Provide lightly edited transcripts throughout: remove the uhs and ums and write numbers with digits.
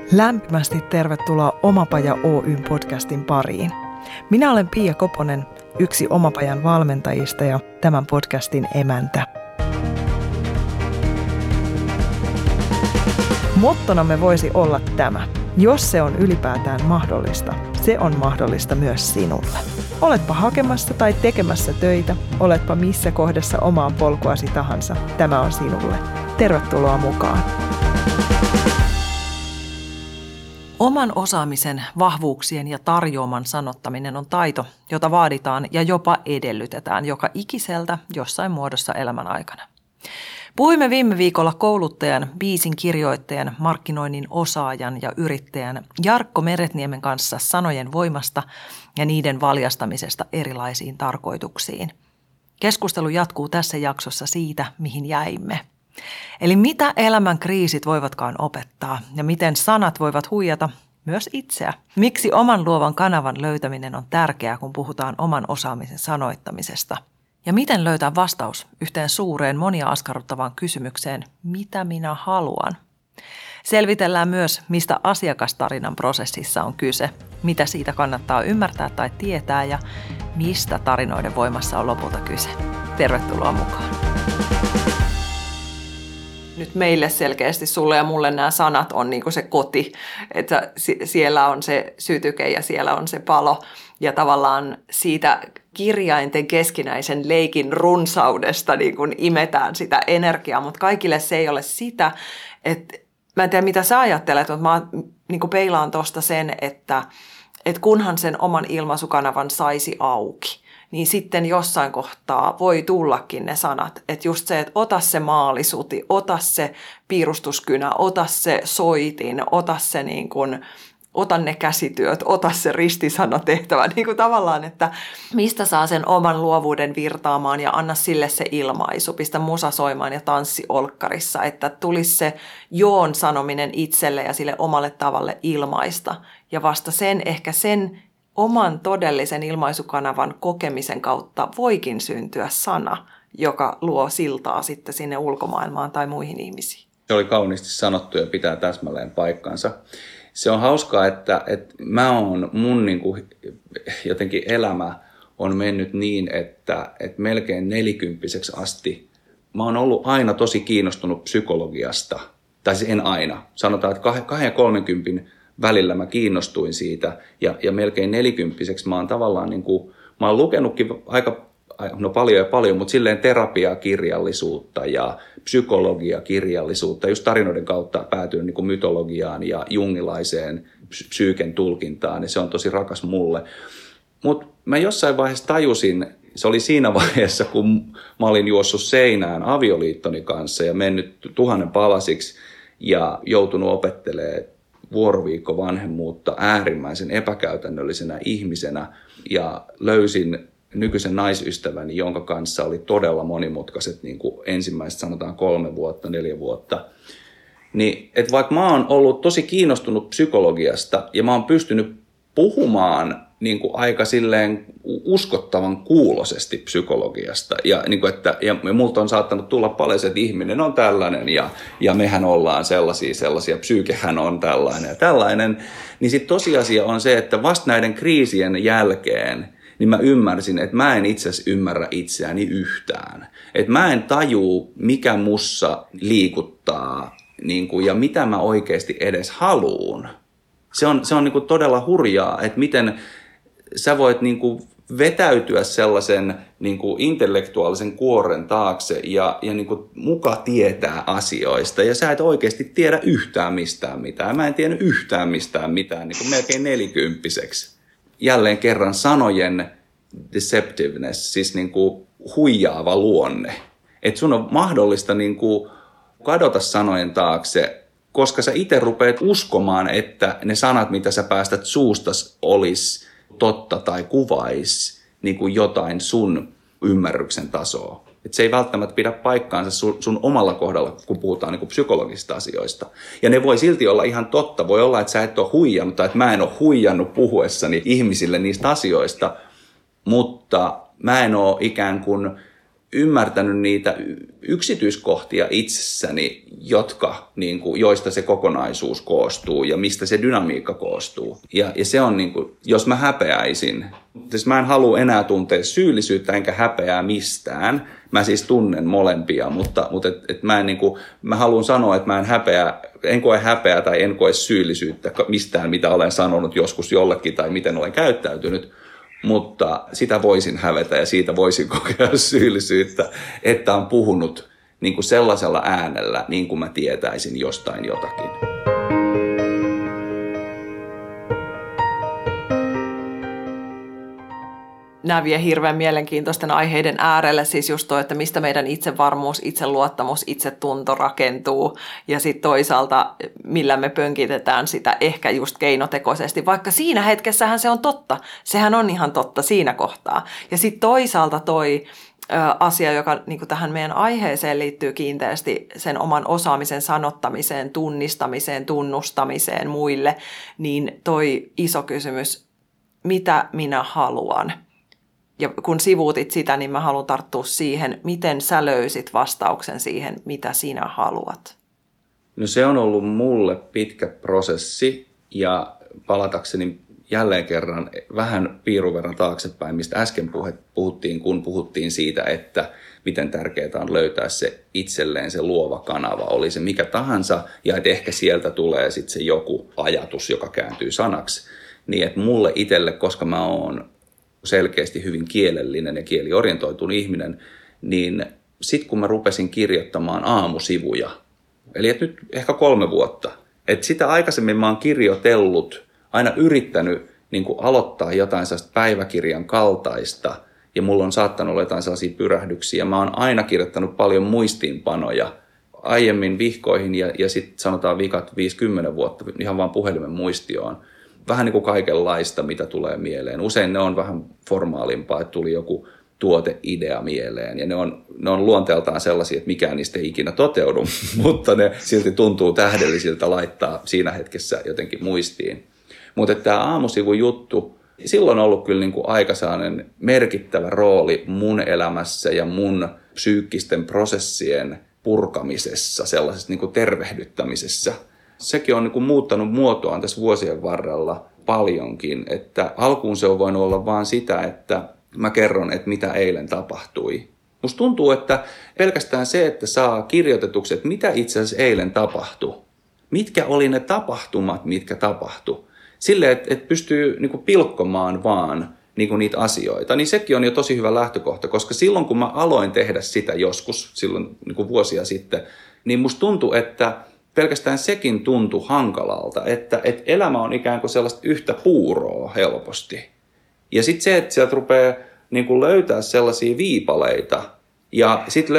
Lämpimästi tervetuloa Omapaja Oyn podcastin pariin. Minä olen Pia Koponen, yksi Omapajan valmentajista ja tämän podcastin emäntä. Mottonamme voisi olla tämä. Jos se on ylipäätään mahdollista, se on mahdollista myös sinulle. Oletpa hakemassa tai tekemässä töitä, oletpa missä kohdassa omaa polkuasi tahansa, tämä on sinulle. Tervetuloa mukaan. Oman osaamisen, vahvuuksien ja tarjoaman sanottaminen on taito, jota vaaditaan ja jopa edellytetään joka ikiseltä jossain muodossa elämän aikana. Puhuimme viime viikolla kouluttajan, biisin kirjoittajan, markkinoinnin osaajan ja yrittäjän Jarkko Meretniemen kanssa sanojen voimasta ja niiden valjastamisesta erilaisiin tarkoituksiin. Keskustelu jatkuu tässä jaksossa siitä, mihin jäimme. Eli mitä elämän kriisit voivatkaan opettaa ja miten sanat voivat huijata myös itseä. Miksi oman luovan kanavan löytäminen on tärkeää, kun puhutaan oman osaamisen sanoittamisesta. Ja miten löytää vastaus yhteen suureen monia askarruttavaan kysymykseen, mitä minä haluan. Selvitellään myös, mistä asiakastarinan prosessissa on kyse, mitä siitä kannattaa ymmärtää tai tietää ja mistä tarinoiden voimassa on lopulta kyse. Tervetuloa mukaan. Nyt meille selkeästi sulle ja mulle nämä sanat on niin kuin se koti, että siellä on se sytyke ja siellä on se palo ja tavallaan siitä kirjainten keskinäisen leikin runsaudesta niin kuin imetään sitä energiaa, mutta kaikille se ei ole sitä, että mä en tiedä mitä sä ajattelet, mutta mä niin kuin peilaan tuosta sen, että kunhan sen oman ilmaisukanavan saisi auki, niin sitten jossain kohtaa voi tullakin ne sanat. Että just se, että ota se maalisuti, ota se piirustuskynä, ota se soitin, ota ne käsityöt, ota se ristisanatehtävä. Niin kuin tavallaan, että mistä saa sen oman luovuuden virtaamaan ja anna sille se ilmaisu. Pistä musa soimaan ja tanssi olkkarissa, että tulisi se joon sanominen itselle ja sille omalle tavalle ilmaista. Ja vasta sen oman todellisen ilmaisukanavan kokemisen kautta voikin syntyä sana, joka luo siltaa sitten sinne ulkomaailmaan tai muihin ihmisiin. Se oli kauniisti sanottu ja pitää täsmälleen paikkansa. Se on hauskaa, että mun niin kuin, jotenkin elämä on mennyt niin, että melkein 40-vuotiaaksi asti mä oon ollut aina tosi kiinnostunut psykologiasta. Tai siis en aina. Sanotaan, että 2 ja 30 välillä mä kiinnostuin siitä ja melkein 40-vuotiaaksi mä oon tavallaan niin kuin, mä oon lukenutkin paljon, mutta silleen terapiakirjallisuutta ja psykologiakirjallisuutta. Just tarinoiden kautta päätyin niin kuin mytologiaan ja jungilaiseen psyyken tulkintaan ja se on tosi rakas mulle. Mutta mä jossain vaiheessa tajusin, se oli siinä vaiheessa, kun mä olin juossut seinään avioliittoni kanssa ja mennyt 1000 palasiksi ja joutunut opettelemaan vuoroviikko-vanhemmuutta äärimmäisen epäkäytännöllisenä ihmisenä ja löysin nykyisen naisystäväni, jonka kanssa oli todella monimutkaiset niin kuin ensimmäiset sanotaan 3 vuotta, 4 vuotta. Niin, että vaikka mä oon ollut tosi kiinnostunut psykologiasta ja mä oon pystynyt puhumaan niin kuin aika silleen uskottavan kuulosesti psykologiasta ja, niin kuin, ja multa on saattanut tulla paljon se, että ihminen on tällainen ja mehän ollaan sellaisia, psyykehän on tällainen, niin sitten tosiasia on se, että vasta näiden kriisien jälkeen niin mä ymmärsin, että mä en itse asiassa ymmärrä itseäni yhtään. Että mä en tajuu, mikä mussa liikuttaa niin kuin, ja mitä mä oikeasti edes haluun. Se on niin kuin todella hurjaa, että miten sä voit niin kuin vetäytyä sellaisen niin kuin intellektuaalisen kuoren taakse ja niin kuin muka tietää asioista. Ja sä et oikeasti tiedä yhtään mistään mitään. Mä en tiennyt yhtään mistään mitään niin kuin melkein 40-vuotiaaksi. Jälleen kerran sanojen deceptiveness, siis niin kuin huijaava luonne. Että sun on mahdollista niin kuin kadota sanojen taakse, koska sä itse rupeat uskomaan, että ne sanat, mitä sä päästät suustas, olisi totta tai kuvaisi niin kuin jotain sun ymmärryksen tasoa. Että se ei välttämättä pidä paikkaansa sun omalla kohdalla, kun puhutaan niin kuin psykologisista asioista. Ja ne voi silti olla ihan totta. Voi olla, että sä et ole huijannut tai että mä en ole huijannut puhuessani ihmisille niistä asioista, mutta mä en ole ikään kuin ymmärtänyt niitä yksityiskohtia itsessäni, joista se kokonaisuus koostuu ja mistä se dynamiikka koostuu. Ja se on, jos mä häpeäisin, siis mä en halua enää tuntea syyllisyyttä enkä häpeää mistään. Mä siis tunnen molempia, mutta mä haluan sanoa, että mä en koe häpeää tai en koe syyllisyyttä mistään, mitä olen sanonut joskus jollekin tai miten olen käyttäytynyt. Mutta sitä voisin hävetä ja siitä voisin kokea syyllisyyttä, että on puhunut sellaisella äänellä, niin kuin mä tietäisin jostain jotakin. Nämä vie hirveän mielenkiintoisten aiheiden äärelle, siis just toi, että mistä meidän itsevarmuus, itseluottamus, itsetunto rakentuu ja sitten toisaalta millä me pönkitetään sitä ehkä just keinotekoisesti, vaikka siinä hetkessähän se on totta, sehän on ihan totta siinä kohtaa. Ja sitten toisaalta toi asia, joka niin kuin tähän meidän aiheeseen liittyy kiinteästi sen oman osaamisen sanottamiseen, tunnistamiseen, tunnustamiseen muille, niin toi iso kysymys, mitä minä haluan? Ja kun sivuutit sitä, niin mä haluan tarttua siihen, miten sä löysit vastauksen siihen, mitä sinä haluat. No se on ollut mulle pitkä prosessi ja palatakseni jälleen kerran vähän piirun verran taaksepäin, mistä äsken puhuttiin, kun puhuttiin siitä, että miten tärkeää on löytää se itselleen se luova kanava, oli se mikä tahansa ja että ehkä sieltä tulee sitten se joku ajatus, joka kääntyy sanaksi. Niin että mulle itselle, koska mä oon selkeästi hyvin kielellinen ja kieliorientoitunut ihminen, niin sitten kun mä rupesin kirjoittamaan aamusivuja, eli että nyt ehkä 3 vuotta, että sitä aikaisemmin mä oon kirjoitellut, aina yrittänyt niin kuin aloittaa jotain sellaista päiväkirjan kaltaista, ja mulla on saattanut olla jotain sellaisia pyrähdyksiä. Mä oon aina kirjoittanut paljon muistiinpanoja aiemmin vihkoihin ja sitten sanotaan vikat 50 vuotta ihan vaan puhelimen muistioon. Vähän niin kuin kaikenlaista, mitä tulee mieleen. Usein ne on vähän formaalimpaa, että tuli joku tuoteidea mieleen. Ja ne on luonteeltaan sellaisia, että mikään niistä ei ikinä toteudu, mutta ne silti tuntuu tähdellisiltä laittaa siinä hetkessä jotenkin muistiin. Mutta tämä aamusivun juttu, silloin on ollut kyllä niin kuin aika sellainen merkittävä rooli mun elämässä ja mun psyykkisten prosessien purkamisessa, sellaisessa niin kuin tervehdyttämisessä. Sekin on niin kuin muuttanut muotoaan tässä vuosien varrella paljonkin, että alkuun se on voinut olla vaan sitä, että mä kerron, että mitä eilen tapahtui. Musta tuntuu, että pelkästään se, että saa kirjoitetuksi, että mitä itse asiassa eilen tapahtui, mitkä oli ne tapahtumat, mitkä tapahtui, silleen, että pystyy niin kuin pilkkomaan vaan niin kuin niitä asioita, niin sekin on jo tosi hyvä lähtökohta, koska silloin kun mä aloin tehdä sitä joskus, silloin niin kuin vuosia sitten, niin musta tuntui, että pelkästään sekin tuntui hankalalta, että elämä on ikään kuin sellaista yhtä puuroa helposti. Ja sitten se, että sieltä rupeaa niin kuin löytää sellaisia viipaleita ja sitten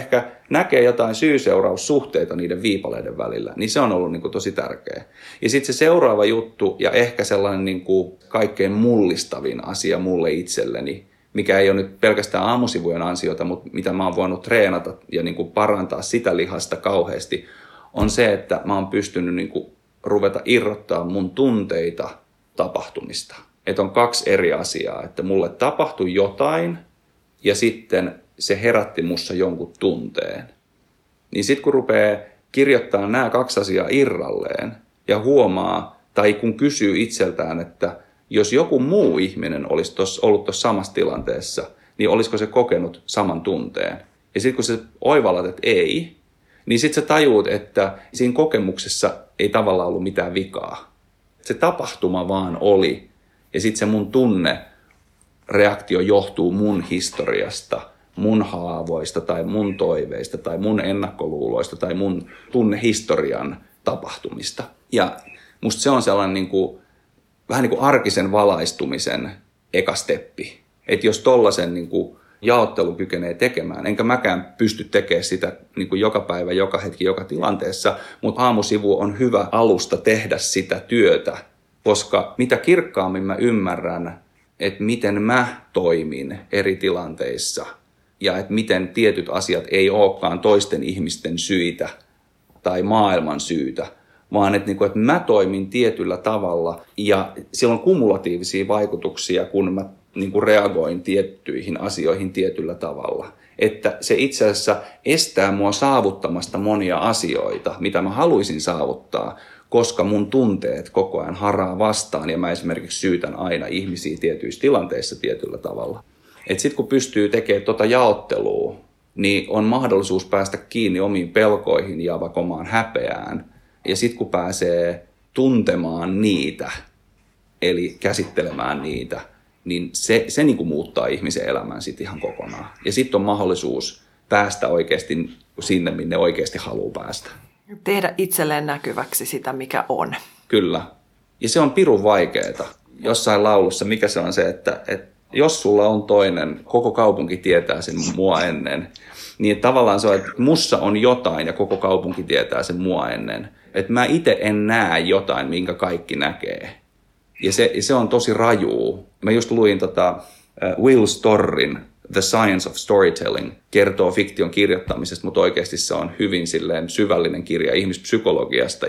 näkee jotain syy-seuraussuhteita niiden viipaleiden välillä, niin se on ollut niin kuin tosi tärkeä. Ja sitten se seuraava juttu ja ehkä sellainen niin kuin kaikkein mullistavin asia mulle itselleni, mikä ei ole nyt pelkästään aamusivujen ansiota, mutta mitä mä oon voinut treenata ja niin kuin parantaa sitä lihasta kauheasti, on se, että mä oon pystynyt niin kuin ruveta irrottaa mun tunteita tapahtumista. Että on 2 eri asiaa, että mulle tapahtui jotain ja sitten se herätti mussa jonkun tunteen. Niin sitten kun rupeaa kirjoittamaan nämä 2 asiaa irralleen ja huomaa, tai kun kysyy itseltään, että jos joku muu ihminen olisi ollut tuossa samassa tilanteessa, niin olisiko se kokenut saman tunteen? Ja sitten kun sä oivallat, että ei, niin sitten sä tajuut, että siinä kokemuksessa ei tavallaan ollut mitään vikaa. Se tapahtuma vaan oli. Ja sitten se mun tunnereaktio johtuu mun historiasta, mun haavoista tai mun toiveista tai mun ennakkoluuloista tai mun tunnehistorian tapahtumista. Ja musta se on sellainen niin kuin, vähän niin kuin arkisen valaistumisen eka steppi. Että jos tollaisen niin kuin jaottelu kykenee tekemään, enkä mäkään pysty tekemään sitä niin kuin joka päivä, joka hetki, joka tilanteessa, mutta aamusivu on hyvä alusta tehdä sitä työtä, koska mitä kirkkaammin mä ymmärrän, että miten mä toimin eri tilanteissa ja että miten tietyt asiat ei olekaan toisten ihmisten syitä tai maailman syytä, vaan että mä toimin tietyllä tavalla ja sillä on kumulatiivisia vaikutuksia, kun mä reagoin tiettyihin asioihin tietyllä tavalla. että se itse asiassa estää mua saavuttamasta monia asioita, mitä mä haluaisin saavuttaa, koska mun tunteet koko ajan haraa vastaan ja mä esimerkiksi syytän aina ihmisiä tietyissä tilanteissa tietyllä tavalla. Että sitten kun pystyy tekemään tota jaottelua, niin on mahdollisuus päästä kiinni omiin pelkoihin ja vaikka omaan häpeään. Ja sitten kun pääsee tuntemaan niitä, eli käsittelemään niitä, niin se niin kuin muuttaa ihmisen elämän sitten ihan kokonaan. Ja sitten on mahdollisuus päästä oikeasti sinne, minne oikeasti haluaa päästä. Tehdä itselleen näkyväksi sitä, mikä on. Kyllä. Ja se on pirun vaikeaa. Jossain laulussa, mikä se on se, että jos sulla on toinen, koko kaupunki tietää sen mua ennen, niin tavallaan se on, että mussa on jotain ja koko kaupunki tietää sen mua ennen. Että mä itse en näe jotain, minkä kaikki näkee. Ja se on tosi rajuu. Mä just luin Will Storrin The Science of Storytelling, kertoo fiktion kirjoittamisesta, mutta oikeasti se on hyvin silleen syvällinen kirja ihmispsykologiasta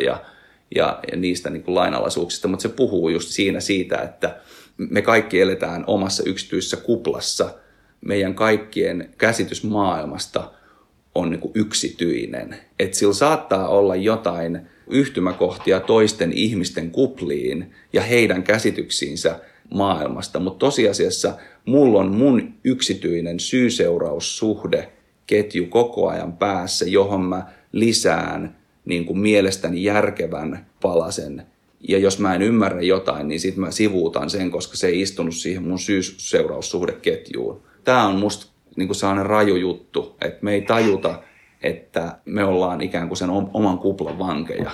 ja niistä niin kuin lainalaisuuksista, mutta se puhuu just siinä siitä, että me kaikki eletään omassa yksityisessä kuplassa. Meidän kaikkien käsitys maailmasta on niin kuin yksityinen. Että sillä saattaa olla jotain yhtymäkohtia toisten ihmisten kupliin ja heidän käsityksiinsä maailmasta, mutta tosiasiassa mulla on mun yksityinen syy-seuraussuhde ketju koko ajan päässä, johon mä lisään niin kuin mielestäni järkevän palasen. Ja jos mä en ymmärrä jotain, niin sit mä sivuutan sen, koska se ei istunut siihen mun syy-seuraussuhdeketjuun. Tää on musta niin kuin sellainen raju juttu, että me ei tajuta, että me ollaan ikään kuin sen oman kuplan vankeja.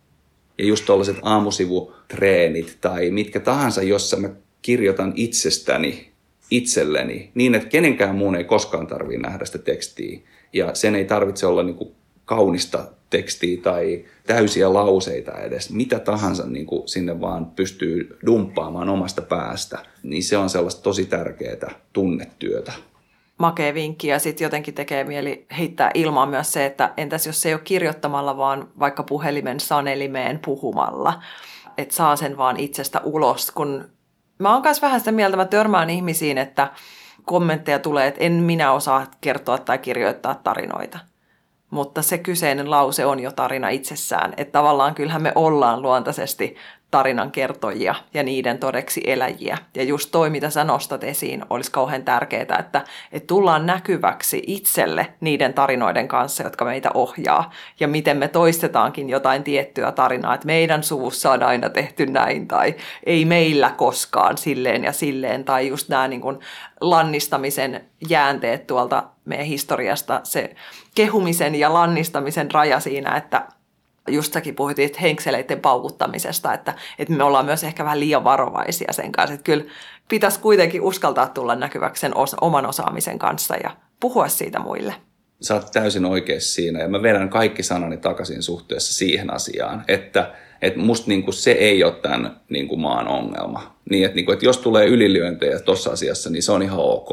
Ja just tollaiset aamusivutreenit tai mitkä tahansa, jossa mä kirjoitan itsestäni itselleni niin, että kenenkään muun ei koskaan tarvitse nähdä sitä tekstiä. Ja sen ei tarvitse olla niin kuin kaunista tekstiä tai täysiä lauseita edes. Mitä tahansa niin kuin sinne vaan pystyy dumppaamaan omasta päästä. Niin se on sellaista tosi tärkeää tunnetyötä. Makea vinkki ja sitten jotenkin tekee mieli heittää ilmaan myös se, että entäs jos se ei ole kirjoittamalla, vaan vaikka puhelimen sanelimeen puhumalla, että saa sen vaan itsestä ulos, kun mä oon myös vähän sitä mieltä, mä törmään ihmisiin, että kommentteja tulee, että en minä osaa kertoa tai kirjoittaa tarinoita. Mutta se kyseinen lause on jo tarina itsessään, että tavallaan kyllähän me ollaan luontaisesti tarinan kertojia ja niiden todeksi eläjiä. Ja just toi, mitä sä nostat esiin, olisi kauhean tärkeää, että tullaan näkyväksi itselle niiden tarinoiden kanssa, jotka meitä ohjaa. Ja miten me toistetaankin jotain tiettyä tarinaa, että meidän suvussa on aina tehty näin, tai ei meillä koskaan silleen ja silleen, tai just nämä niin kuin lannistamisen jäänteet tuolta meidän historiasta, se kehumisen ja lannistamisen raja siinä, että just säkin puhuttiin henkseleiden paukuttamisesta, että me ollaan myös ehkä vähän liian varovaisia sen kanssa. Että kyllä pitäisi kuitenkin uskaltaa tulla näkyväksi sen oman osaamisen kanssa ja puhua siitä muille. Sä oot täysin oikeassa siinä ja mä vedän kaikki sanani takaisin suhteessa siihen asiaan, että musta niinku se ei ole tämän niinku maan ongelma. Niin, että niinku, jos tulee ylilyöntejä tuossa asiassa, niin se on ihan ok.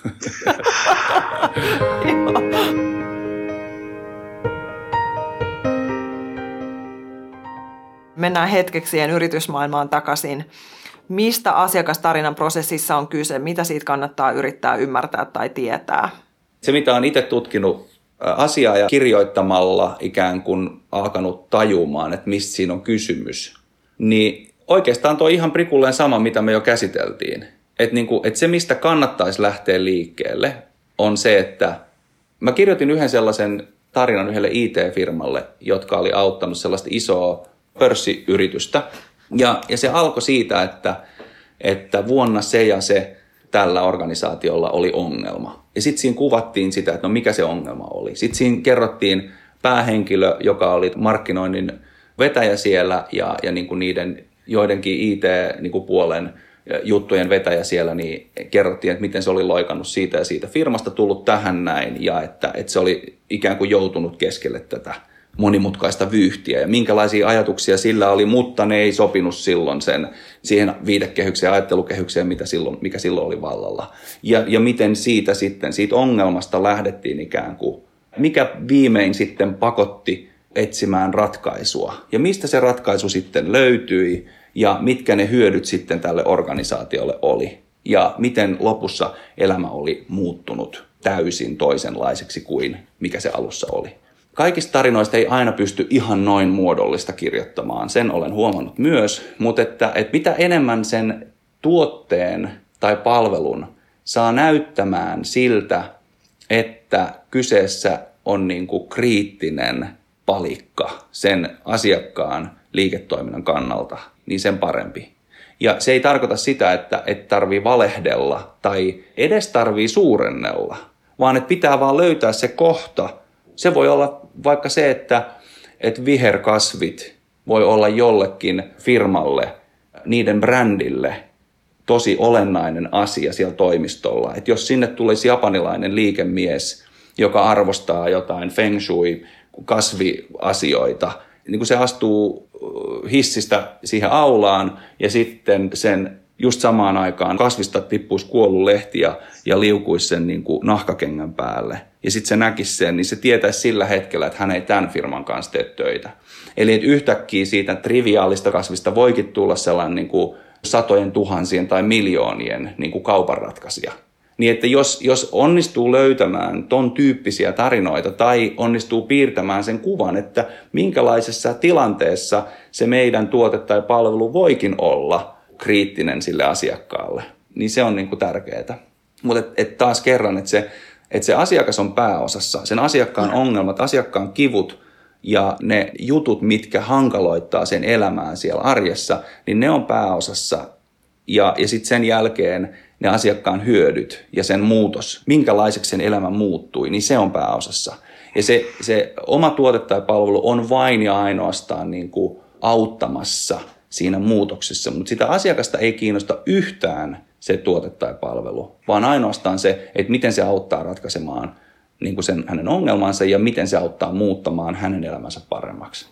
Mennään hetkeksi siihen yritysmaailmaan takaisin. Mistä asiakastarinan prosessissa on kyse? Mitä siitä kannattaa yrittää ymmärtää tai tietää? Se, mitä olen itse tutkinut asiaa ja kirjoittamalla ikään kuin alkanut tajumaan, että mistä siinä on kysymys, niin oikeastaan tuo ihan prikulleen sama, mitä me jo käsiteltiin. Että se, mistä kannattaisi lähteä liikkeelle, on se, että mä kirjoitin yhden sellaisen tarinan yhdelle IT-firmalle, jotka oli auttanut sellaista isoa pörssiyritystä. Ja se alkoi siitä, että vuonna se ja se tällä organisaatiolla oli ongelma. Ja sitten siinä kuvattiin sitä, että no mikä se ongelma oli. Sitten siinä kerrottiin päähenkilö, joka oli markkinoinnin vetäjä siellä ja niin kuin niiden joidenkin IT-puolen juttujen vetäjä siellä, niin kerrottiin, että miten se oli loikannut siitä ja siitä firmasta, tullut tähän näin ja että se oli ikään kuin joutunut keskelle tätä monimutkaista vyyhtiä ja minkälaisia ajatuksia sillä oli, mutta ne ei sopinut silloin siihen viitekehykseen ja ajattelukehykseen, mikä silloin oli vallalla. Ja miten siitä ongelmasta lähdettiin ikään kuin, mikä viimein sitten pakotti etsimään ratkaisua ja mistä se ratkaisu sitten löytyi ja mitkä ne hyödyt sitten tälle organisaatiolle oli ja miten lopussa elämä oli muuttunut täysin toisenlaiseksi kuin mikä se alussa oli. Kaikista tarinoista ei aina pysty ihan noin muodollista kirjoittamaan, sen olen huomannut myös, mutta että mitä enemmän sen tuotteen tai palvelun saa näyttämään siltä, että kyseessä on niin kuin kriittinen palikka sen asiakkaan liiketoiminnan kannalta, niin sen parempi. Ja se ei tarkoita sitä, että tarvii valehdella tai edes tarvii suurennella, vaan että pitää vaan löytää se kohta. Se voi olla vaikka se, että viherkasvit voi olla jollekin firmalle, niiden brändille tosi olennainen asia siellä toimistolla. Että jos sinne tulisi japanilainen liikemies, joka arvostaa jotain feng shui, kasviasioita, niin kun se astuu hissistä siihen aulaan ja sitten sen just samaan aikaan kasvista tippuisi kuollut lehti ja liukuisi sen niin kuin nahkakengän päälle. Ja sitten se näkisi sen, niin se tietäisi sillä hetkellä, että hän ei tämän firman kanssa tee töitä. Eli että yhtäkkiä siitä triviaalista kasvista voikin tulla sellainen niin kuin satojen tuhansien tai miljoonien niin kuin kaupanratkaisija. Niin että jos onnistuu löytämään ton tyyppisiä tarinoita tai onnistuu piirtämään sen kuvan, että minkälaisessa tilanteessa se meidän tuote tai palvelu voikin olla kriittinen sille asiakkaalle, niin se on niin kuin tärkeää. Mutta taas kerran, että se asiakas on pääosassa, sen asiakkaan ongelmat, asiakkaan kivut ja ne jutut, mitkä hankaloittaa sen elämää siellä arjessa, niin ne on pääosassa ja sitten sen jälkeen ne asiakkaan hyödyt ja sen muutos, minkälaiseksi sen elämä muuttui, niin se on pääosassa. Ja se oma tuote tai palvelu on vain ja ainoastaan niin kuin auttamassa siinä muutoksessa, mutta sitä asiakasta ei kiinnosta yhtään se tuote tai palvelu, vaan ainoastaan se, että miten se auttaa ratkaisemaan niin kuin sen hänen ongelmansa ja miten se auttaa muuttamaan hänen elämänsä paremmaksi.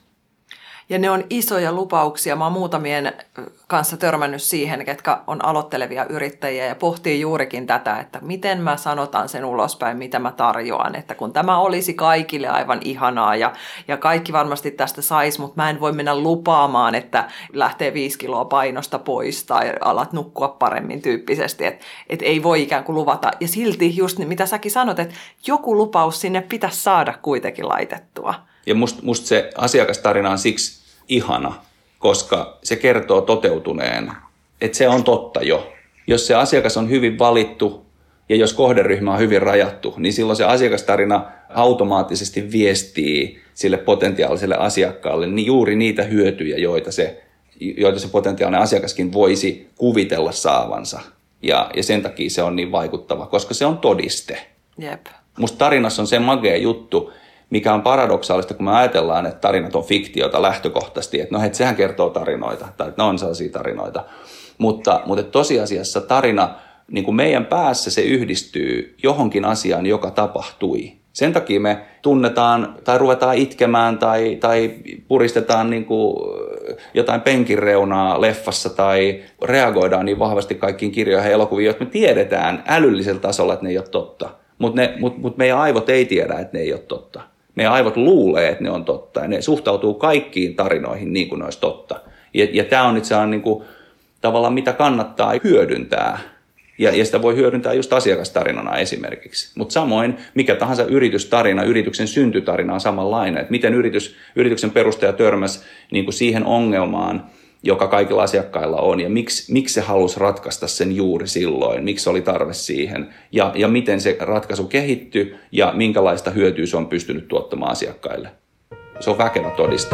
Ja ne on isoja lupauksia. Mä oon muutamien kanssa törmännyt siihen, ketkä on aloittelevia yrittäjiä ja pohtii juurikin tätä, että miten mä sanotan sen ulospäin, mitä mä tarjoan. Että kun tämä olisi kaikille aivan ihanaa ja kaikki varmasti tästä sais, mutta mä en voi mennä lupaamaan, että lähtee 5 kiloa painosta pois tai alat nukkua paremmin tyyppisesti. Että ei voi ikään kuin luvata. Ja silti just niin, mitä säkin sanot, että joku lupaus sinne pitäisi saada kuitenkin laitettua. Ja musta se asiakastarina on siksi ihana, koska se kertoo toteutuneen, että se on totta jo. Jos se asiakas on hyvin valittu ja jos kohderyhmä on hyvin rajattu, niin silloin se asiakastarina automaattisesti viestii sille potentiaaliselle asiakkaalle niin juuri niitä hyötyjä, joita se potentiaalinen asiakaskin voisi kuvitella saavansa. Ja sen takia se on niin vaikuttava, koska se on todiste. Jep. Musta tarinassa on se magea juttu, mikä on paradoksaalista, kun me ajatellaan, että tarinat on fiktiota lähtökohtaisesti, että no sehän kertoo tarinoita, tai että ne on sellaisia tarinoita. Mutta tosiasiassa tarina, niin kuin meidän päässä se yhdistyy johonkin asiaan, joka tapahtui. Sen takia me tunnetaan tai ruvetaan itkemään tai puristetaan niin kuin jotain penkin reunaa leffassa tai reagoidaan niin vahvasti kaikkiin kirjoihin ja elokuviin, jotka me tiedetään älyllisellä tasolla, että ne ei ole totta. Mutta meidän aivot ei tiedä, että ne ei ole totta. Meidän aivot luulee, että ne on totta ja ne suhtautuu kaikkiin tarinoihin niin kuin ne olisi totta. Ja tämä on nyt sellainen niin kuin, tavallaan mitä kannattaa hyödyntää. Ja sitä voi hyödyntää just asiakastarinana esimerkiksi. Mutta samoin mikä tahansa yritystarina, yrityksen syntytarina on samanlainen. Että miten yrityksen perustaja törmäsi niin kuin siihen ongelmaan, joka kaikilla asiakkailla on, ja miksi se halusi ratkaista sen juuri silloin, miksi oli tarve siihen, ja miten se ratkaisu kehittyi, ja minkälaista hyötyä se on pystynyt tuottamaan asiakkaille. Se on väkevä todiste.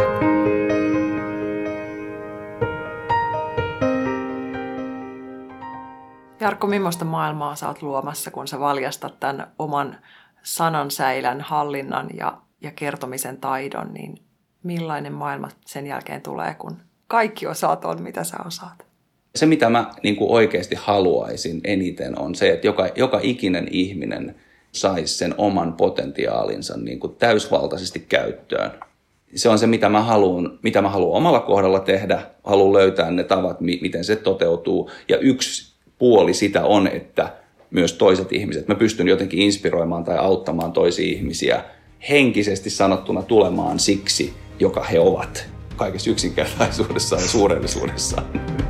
Jarkko, millaista maailmaa sä oot luomassa, kun sä valjastat tämän oman sanansäilän hallinnan ja kertomisen taidon, niin millainen maailma sen jälkeen tulee, kun kaikki osaat on, mitä sä osaat? Se, mitä mä niin kuin oikeasti haluaisin eniten, on se, että joka ikinen ihminen saisi sen oman potentiaalinsa niin kuin täysvaltaisesti käyttöön. Se on se, mitä mä haluan omalla kohdalla tehdä. Haluan löytää ne tavat, miten se toteutuu. Ja yksi puoli sitä on, että myös toiset ihmiset, mä pystyn jotenkin inspiroimaan tai auttamaan toisia ihmisiä henkisesti sanottuna tulemaan siksi, joka he ovat. Kaikessa yksinkertaisuudessaan ja suurellisuudessaan.